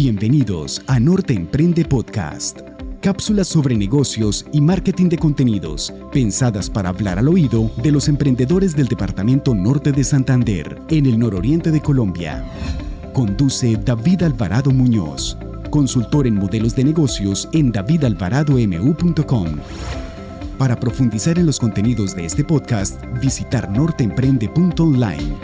Bienvenidos a Norte Emprende Podcast. Cápsulas sobre negocios y marketing de contenidos, pensadas para hablar al oído de los emprendedores del Departamento Norte de Santander, en el nororiente de Colombia. Conduce David Alvarado Muñoz, consultor en modelos de negocios en davidalvaradomu.com. Para profundizar en los contenidos de este podcast, visitar norteemprende.online.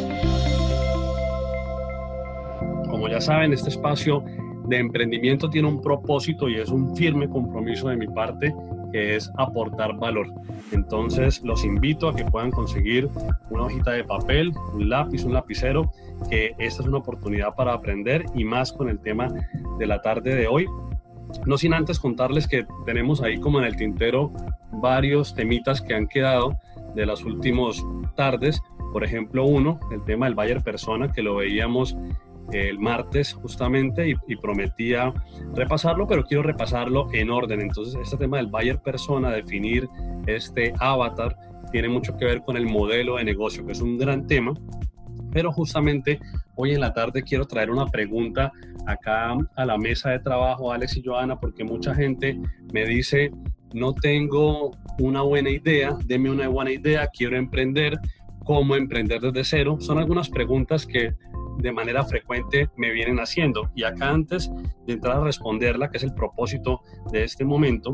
Como ya saben, este espacio de emprendimiento tiene un propósito y es un firme compromiso de mi parte, que es aportar valor. Entonces, los invito a que puedan conseguir una hojita de papel, un lápiz, un lapicero, que esta es una oportunidad para aprender y más con el tema de la tarde de hoy. No sin antes contarles que tenemos ahí como en el tintero varios temitas que han quedado de las últimas tardes. Por ejemplo, el tema del buyer persona, que lo veíamos el martes justamente y prometía repasarlo, pero quiero repasarlo en orden. Entonces, este tema del buyer persona, definir este avatar, tiene mucho que ver con el modelo de negocio, que es un gran tema. Pero justamente hoy en la tarde quiero traer una pregunta acá a la mesa de trabajo, Alex y Joana, porque mucha gente me dice: no tengo una buena idea, deme una buena idea, quiero emprender, ¿cómo emprender desde cero? Son algunas preguntas que de manera frecuente me vienen haciendo. Y acá, antes de entrar a responderla, que es el propósito de este momento,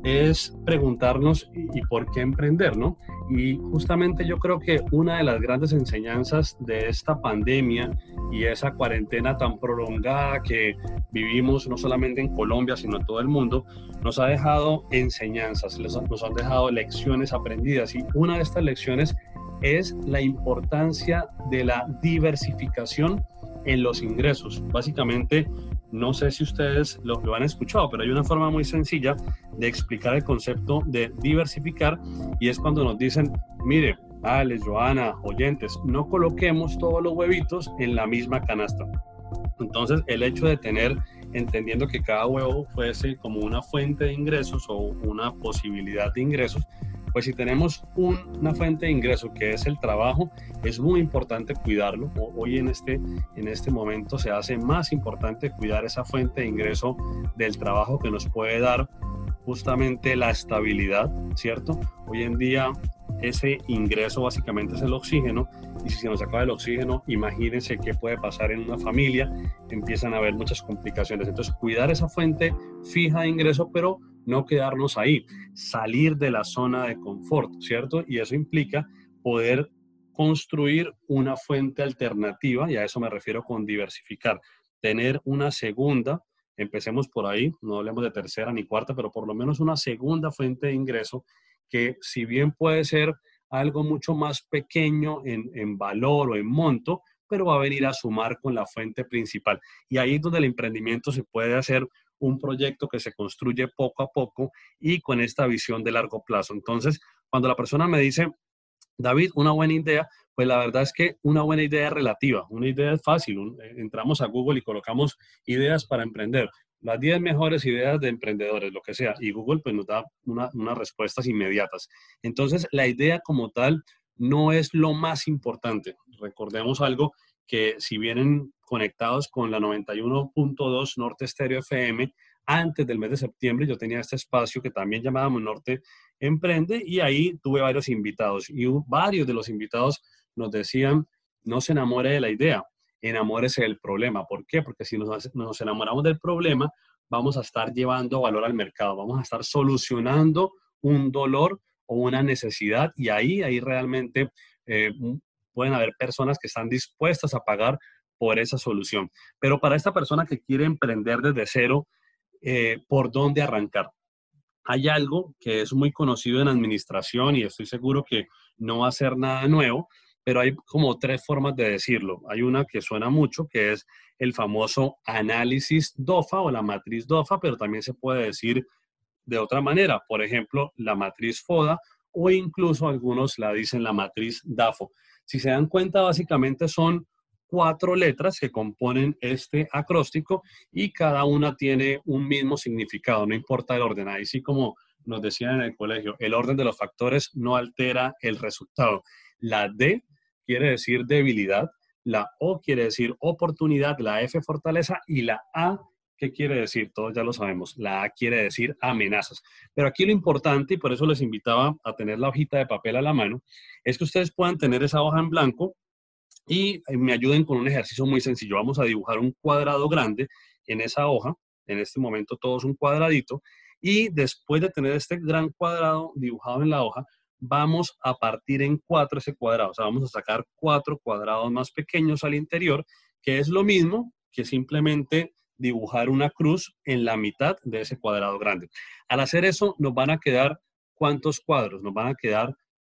es preguntarnos ¿y por qué emprender, no? Y justamente yo creo que una de las grandes enseñanzas de esta pandemia y esa cuarentena tan prolongada que vivimos no solamente en Colombia, sino en todo el mundo, nos ha dejado enseñanzas, nos han dejado lecciones aprendidas, y una de estas lecciones es la importancia de la diversificación en los ingresos. Básicamente, no sé si ustedes lo han escuchado, pero hay una forma muy sencilla de explicar el concepto de diversificar, y es cuando nos dicen: mire, Alex, Joana, oyentes, no coloquemos todos los huevitos en la misma canasta. Entonces, el hecho de entendiendo que cada huevo fuese como una fuente de ingresos o una posibilidad de ingresos, pues si tenemos una fuente de ingreso que es el trabajo, es muy importante cuidarlo. Hoy en este momento se hace más importante cuidar esa fuente de ingreso del trabajo, que nos puede dar justamente la estabilidad, ¿cierto? Hoy en día ese ingreso básicamente es el oxígeno, y si se nos acaba el oxígeno, imagínense qué puede pasar en una familia. Empiezan a haber muchas complicaciones. Entonces, cuidar esa fuente fija de ingreso, pero no quedarnos ahí, salir de la zona de confort, ¿cierto? Y eso implica poder construir una fuente alternativa, y a eso me refiero con diversificar. Tener una segunda, empecemos por ahí, no hablemos de tercera ni cuarta, pero por lo menos una segunda fuente de ingreso, que si bien puede ser algo mucho más pequeño en valor o en monto, pero va a venir a sumar con la fuente principal. Y ahí es donde el emprendimiento se puede hacer un proyecto que se construye poco a poco y con esta visión de largo plazo. Entonces, cuando la persona me dice: David, una buena idea, pues la verdad es que una buena idea es relativa. Una idea es fácil. Entramos a Google y colocamos ideas para emprender, las 10 mejores ideas de emprendedores, lo que sea, y Google pues nos da unas respuestas inmediatas. Entonces, la idea como tal no es lo más importante. Recordemos algo, que si vienen conectados con la 91.2 Norte Estéreo FM, antes del mes de septiembre yo tenía este espacio que también llamábamos Norte Emprende, y ahí tuve varios invitados, y varios de los invitados nos decían: no se enamore de la idea, enamórese del problema. ¿Por qué? Porque si nos enamoramos del problema, vamos a estar llevando valor al mercado, vamos a estar solucionando un dolor o una necesidad, y ahí realmente pueden haber personas que están dispuestas a pagar por esa solución. Pero para esta persona que quiere emprender desde cero, ¿por dónde arrancar? Hay algo que es muy conocido en administración, y estoy seguro que no va a ser nada nuevo, pero hay como 3 formas de decirlo. Hay una que suena mucho, que es el famoso análisis DOFA o la matriz DOFA, pero también se puede decir de otra manera. Por ejemplo, la matriz FODA, o incluso algunos la dicen la matriz DAFO. Si se dan cuenta, básicamente son 4 letras que componen este acróstico, y cada una tiene un mismo significado, no importa el orden. Ahí sí, como nos decían en el colegio, el orden de los factores no altera el resultado. La D quiere decir debilidad, la O quiere decir oportunidad, la F fortaleza, y la A ¿Qué quiere decir? Todos ya lo sabemos. La A quiere decir amenazas. Pero aquí lo importante, y por eso les invitaba a tener la hojita de papel a la mano, es que ustedes puedan tener esa hoja en blanco y me ayuden con un ejercicio muy sencillo. Vamos a dibujar un cuadrado grande en esa hoja. En este momento todo es un cuadradito. Y después de tener este gran cuadrado dibujado en la hoja, vamos a partir en 4 ese cuadrado. O sea, vamos a sacar 4 cuadrados más pequeños al interior, que es lo mismo que simplemente dibujar una cruz en la mitad de ese cuadrado grande. Al hacer eso, nos van a quedar, ¿cuántos cuadros? Nos van a quedar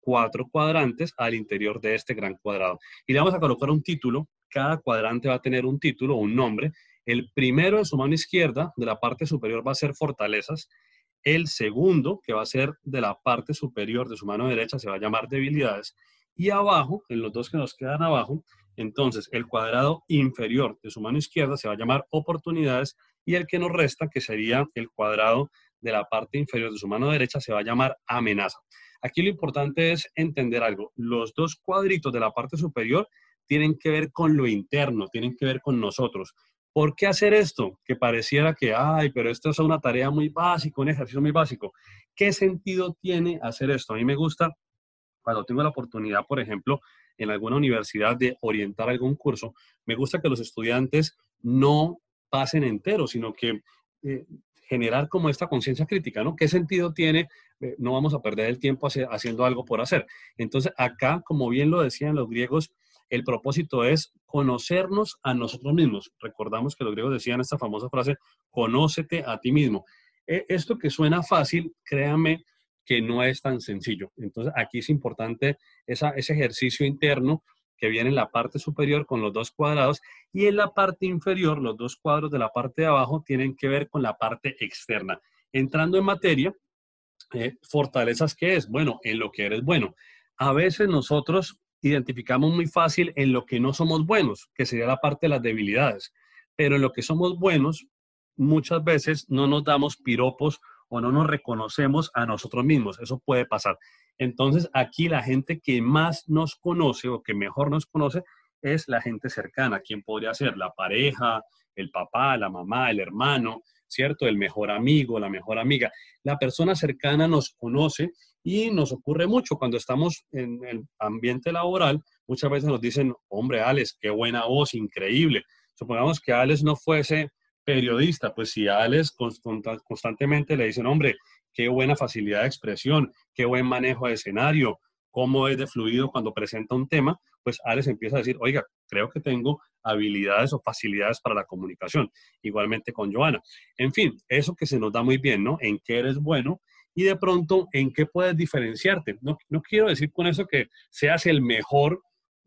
4 cuadrantes al interior de este gran cuadrado. Y le vamos a colocar un título. Cada cuadrante va a tener un título, un nombre. El primero de su mano izquierda, de la parte superior, va a ser fortalezas. El segundo, que va a ser de la parte superior de su mano derecha, se va a llamar debilidades. Y abajo, en los dos que nos quedan abajo, entonces el cuadrado inferior de su mano izquierda se va a llamar oportunidades y el que nos resta, que sería el cuadrado de la parte inferior de su mano derecha, se va a llamar amenaza. Aquí lo importante es entender algo. Los dos cuadritos de la parte superior tienen que ver con lo interno, tienen que ver con nosotros. ¿Por qué hacer esto? Que pareciera que, ay, pero esto es una tarea muy básica, un ejercicio muy básico. ¿Qué sentido tiene hacer esto? A mí me gusta, cuando tengo la oportunidad, por ejemplo, en alguna universidad de orientar algún curso, me gusta que los estudiantes no pasen enteros, sino que eh, generar como esta conciencia crítica, ¿no? ¿Qué sentido tiene? No vamos a perder el tiempo haciendo algo por hacer. Entonces, acá, como bien lo decían los griegos, el propósito es conocernos a nosotros mismos. Recordamos que los griegos decían esta famosa frase, conócete a ti mismo. Esto que suena fácil, créame que no es tan sencillo. Entonces, aquí es importante ese ejercicio interno que viene en la parte superior con los dos cuadrados y en la parte inferior, los dos cuadros de la parte de abajo tienen que ver con la parte externa. Entrando en materia, fortalezas, ¿qué es? Bueno, en lo que eres bueno. A veces nosotros identificamos muy fácil en lo que no somos buenos, que sería la parte de las debilidades, pero en lo que somos buenos, muchas veces no nos damos piropos o no nos reconocemos a nosotros mismos. Eso puede pasar. Entonces, aquí la gente que más nos conoce o que mejor nos conoce es la gente cercana. ¿Quién podría ser? La pareja, el papá, la mamá, el hermano, ¿cierto? El mejor amigo, la mejor amiga. La persona cercana nos conoce y nos ocurre mucho cuando estamos en el ambiente laboral. Muchas veces nos dicen, hombre, Alex, qué buena voz, increíble. Supongamos que Alex no fuese periodista, pues si a Alex constantemente le dicen, hombre, qué buena facilidad de expresión, qué buen manejo de escenario, cómo es de fluido cuando presenta un tema, pues Alex empieza a decir, oiga, creo que tengo habilidades o facilidades para la comunicación. Igualmente con Joana. En fin, eso que se nos da muy bien, ¿no? En qué eres bueno y de pronto en qué puedes diferenciarte. No quiero decir con eso que seas el mejor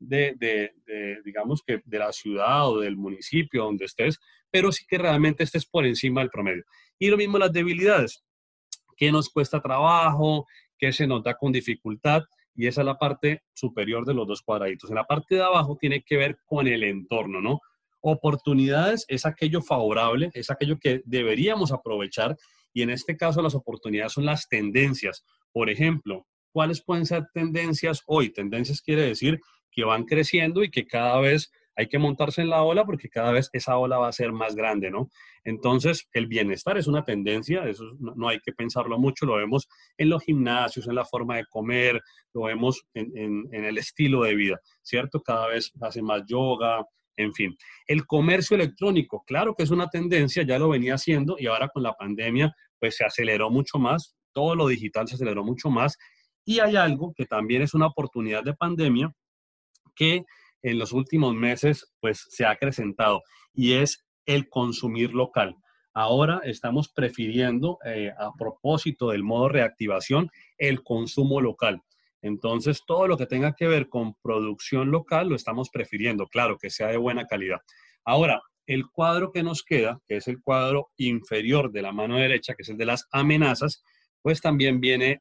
digamos que de la ciudad o del municipio donde estés, pero sí que realmente estés por encima del promedio. Y lo mismo las debilidades. ¿Qué nos cuesta trabajo? ¿Qué se nos da con dificultad? Y esa es la parte superior de los dos cuadraditos. En la parte de abajo tiene que ver con el entorno, ¿no? Oportunidades es aquello favorable, es aquello que deberíamos aprovechar y en este caso las oportunidades son las tendencias. Por ejemplo, ¿cuáles pueden ser tendencias hoy? Tendencias quiere decir que van creciendo y que cada vez hay que montarse en la ola porque cada vez esa ola va a ser más grande, ¿no? Entonces, el bienestar es una tendencia, eso no hay que pensarlo mucho, lo vemos en los gimnasios, en la forma de comer, lo vemos en el estilo de vida, ¿cierto? Cada vez hace más yoga, en fin. El comercio electrónico, claro que es una tendencia, ya lo venía haciendo y ahora con la pandemia, pues se aceleró mucho más, todo lo digital se aceleró mucho más y hay algo que también es una oportunidad de pandemia que en los últimos meses pues se ha acrecentado y es el consumir local. Ahora estamos prefiriendo, a propósito del modo reactivación, el consumo local. Entonces, todo lo que tenga que ver con producción local lo estamos prefiriendo, claro, que sea de buena calidad. Ahora, el cuadro que nos queda, que es el cuadro inferior de la mano derecha, que es el de las amenazas, pues también viene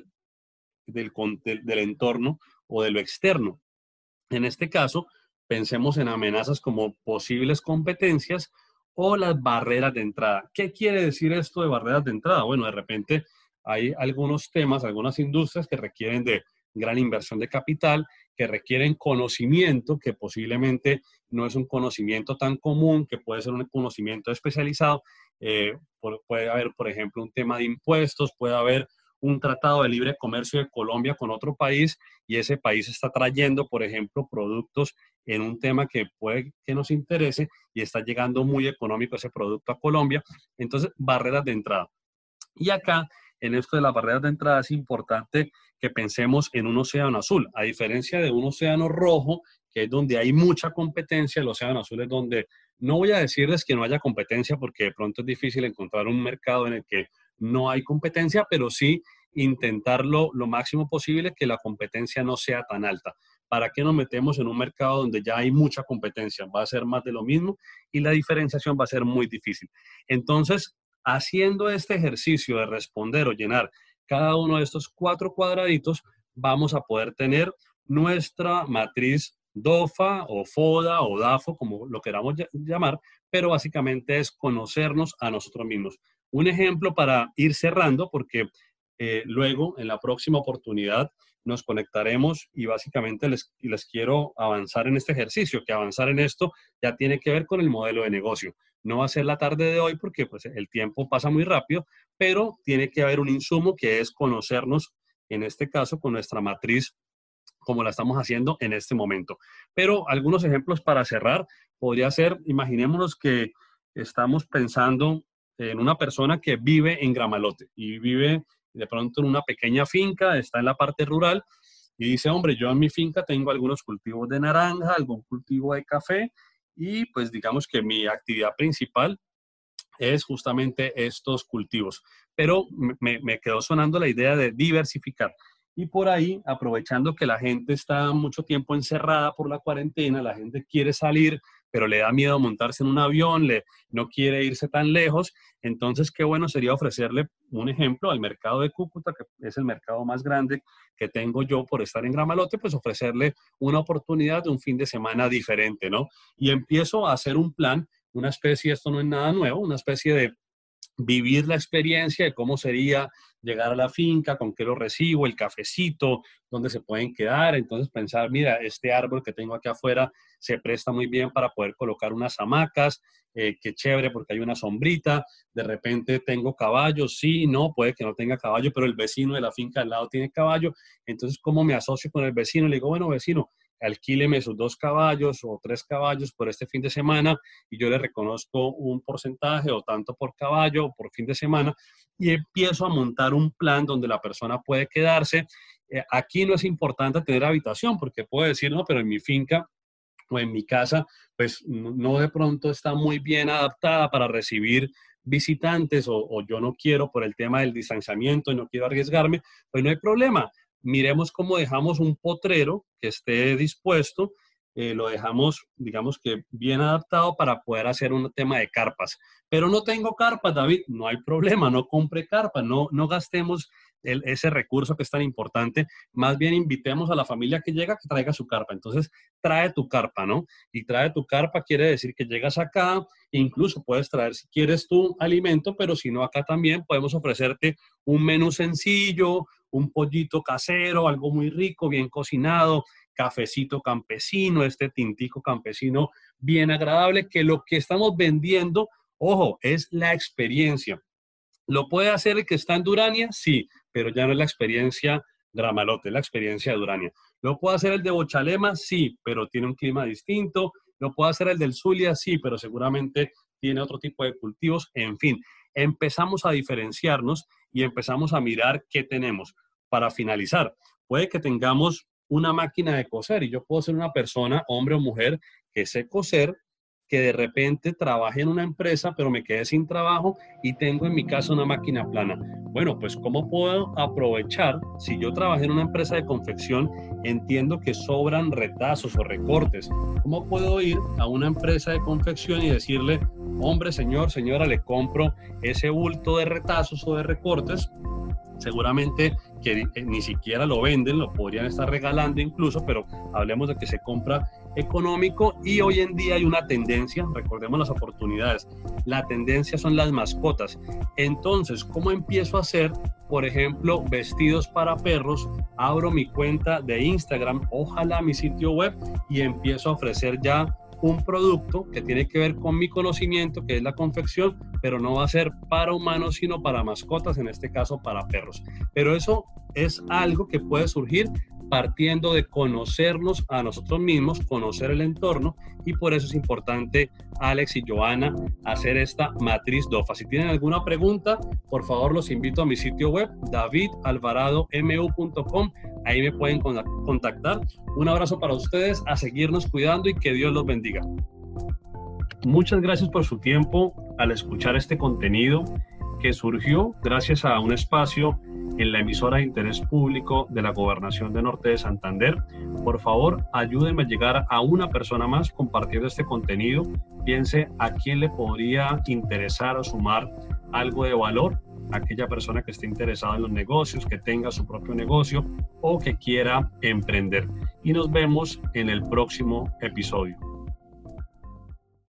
del entorno o de lo externo. En este caso, pensemos en amenazas como posibles competencias o las barreras de entrada. ¿Qué quiere decir esto de barreras de entrada? Bueno, de repente hay algunos temas, algunas industrias que requieren de gran inversión de capital, que requieren conocimiento, que posiblemente no es un conocimiento tan común, que puede ser un conocimiento especializado. Puede haber, por ejemplo, un tema de impuestos, puede haber un tratado de libre comercio de Colombia con otro país y ese país está trayendo, por ejemplo, productos en un tema que puede que nos interese y está llegando muy económico ese producto a Colombia. Entonces, barreras de entrada. Y acá, en esto de las barreras de entrada, es importante que pensemos en un océano azul. A diferencia de un océano rojo, que es donde hay mucha competencia, el océano azul es donde, no voy a decirles que no haya competencia, porque de pronto es difícil encontrar un mercado en el que no hay competencia, pero sí intentarlo lo máximo posible, que la competencia no sea tan alta. ¿Para qué nos metemos en un mercado donde ya hay mucha competencia? Va a ser más de lo mismo y la diferenciación va a ser muy difícil. Entonces, haciendo este ejercicio de responder o llenar cada uno de estos 4 cuadraditos, vamos a poder tener nuestra matriz DOFA o FODA o DAFO, como lo queramos llamar, pero básicamente es conocernos a nosotros mismos. Un ejemplo para ir cerrando, porque luego en la próxima oportunidad nos conectaremos y básicamente les quiero avanzar en este ejercicio, que avanzar en esto ya tiene que ver con el modelo de negocio. No va a ser la tarde de hoy porque pues, el tiempo pasa muy rápido, pero tiene que haber un insumo que es conocernos, en este caso, con nuestra matriz, como la estamos haciendo en este momento. Pero algunos ejemplos para cerrar, podría ser, imaginémonos que estamos pensando en una persona que vive en Gramalote y vive de pronto en una pequeña finca, está en la parte rural y dice, hombre, yo en mi finca tengo algunos cultivos de naranja, algún cultivo de café y pues digamos que mi actividad principal es justamente estos cultivos. Pero me quedó sonando la idea de diversificar. Y por ahí, aprovechando que la gente está mucho tiempo encerrada por la cuarentena, la gente quiere salir, pero le da miedo montarse en un avión, no quiere irse tan lejos. Entonces, qué bueno sería ofrecerle un ejemplo al mercado de Cúcuta, que es el mercado más grande que tengo yo por estar en Gramalote, pues ofrecerle una oportunidad de un fin de semana diferente, ¿no? Y empiezo a hacer un plan, una especie, esto no es nada nuevo, una especie de vivir la experiencia de cómo sería llegar a la finca, con qué lo recibo, el cafecito, dónde se pueden quedar. Entonces pensar, mira, este árbol que tengo aquí afuera se presta muy bien para poder colocar unas hamacas, qué chévere porque hay una sombrita. De repente tengo caballos, sí, no, puede que no tenga caballo, pero el vecino de la finca al lado tiene caballo. Entonces, ¿cómo me asocio con el vecino? Le digo, bueno, vecino, alquíleme sus 2 caballos o 3 caballos por este fin de semana y yo le reconozco un porcentaje o tanto por caballo o por fin de semana y empiezo a montar un plan donde la persona puede quedarse. Aquí no es importante tener habitación porque puedo decir, no, pero en mi finca o en mi casa, pues no de pronto está muy bien adaptada para recibir visitantes o yo no quiero por el tema del distanciamiento y no quiero arriesgarme, pues no hay problema. Miremos cómo dejamos un potrero que esté dispuesto, lo dejamos, digamos que bien adaptado para poder hacer un tema de carpas. Pero no tengo carpas, David, no hay problema, no compre carpas, no gastemos ese recurso que es tan importante, más bien invitemos a la familia que llega que traiga su carpa. Entonces, trae tu carpa, ¿no? Y trae tu carpa quiere decir que llegas acá, incluso puedes traer si quieres tu alimento, pero si no, acá también podemos ofrecerte un menú sencillo, un pollito casero, algo muy rico, bien cocinado, cafecito campesino, este tintico campesino bien agradable, que lo que estamos vendiendo, ojo, es la experiencia. ¿Lo puede hacer el que está en Durania? Sí, pero ya no es la experiencia Gramalote, es la experiencia de Durania. ¿Lo puede hacer el de Bochalema? Sí, pero tiene un clima distinto. ¿Lo puede hacer el del Zulia? Sí, pero seguramente tiene otro tipo de cultivos. En fin, empezamos a diferenciarnos y empezamos a mirar qué tenemos. Para finalizar, puede que tengamos una máquina de coser y yo puedo ser una persona, hombre o mujer, que sé coser, que de repente trabaje en una empresa, pero me quedé sin trabajo y tengo en mi casa una máquina plana. Bueno, pues ¿cómo puedo aprovechar? Si yo trabajé en una empresa de confección, entiendo que sobran retazos o recortes. ¿Cómo puedo ir a una empresa de confección y decirle, hombre, señor, señora, le compro ese bulto de retazos o de recortes? Seguramente que ni siquiera lo venden, lo podrían estar regalando incluso, pero hablemos de que se compra económico y hoy en día hay una tendencia, recordemos las oportunidades, la tendencia son las mascotas. Entonces, ¿cómo empiezo a hacer, por ejemplo, vestidos para perros? Abro mi cuenta de Instagram, ojalá mi sitio web y empiezo a ofrecer ya un producto que tiene que ver con mi conocimiento, que es la confección, pero no va a ser para humanos, sino para mascotas, en este caso para perros. Pero eso es algo que puede surgir partiendo de conocernos a nosotros mismos, conocer el entorno, y por eso es importante, Alex y Joana, hacer esta matriz DOFA. Si tienen alguna pregunta, por favor los invito a mi sitio web, davidalvaradomu.com, ahí me pueden contactar. Un abrazo para ustedes, a seguirnos cuidando y que Dios los bendiga. Muchas gracias por su tiempo al escuchar este contenido que surgió gracias a un espacio en la emisora de interés público de la Gobernación de Norte de Santander. Por favor, ayúdenme a llegar a una persona más compartiendo este contenido. Piense a quién le podría interesar o sumar algo de valor, aquella persona que esté interesada en los negocios, que tenga su propio negocio o que quiera emprender. Y nos vemos en el próximo episodio.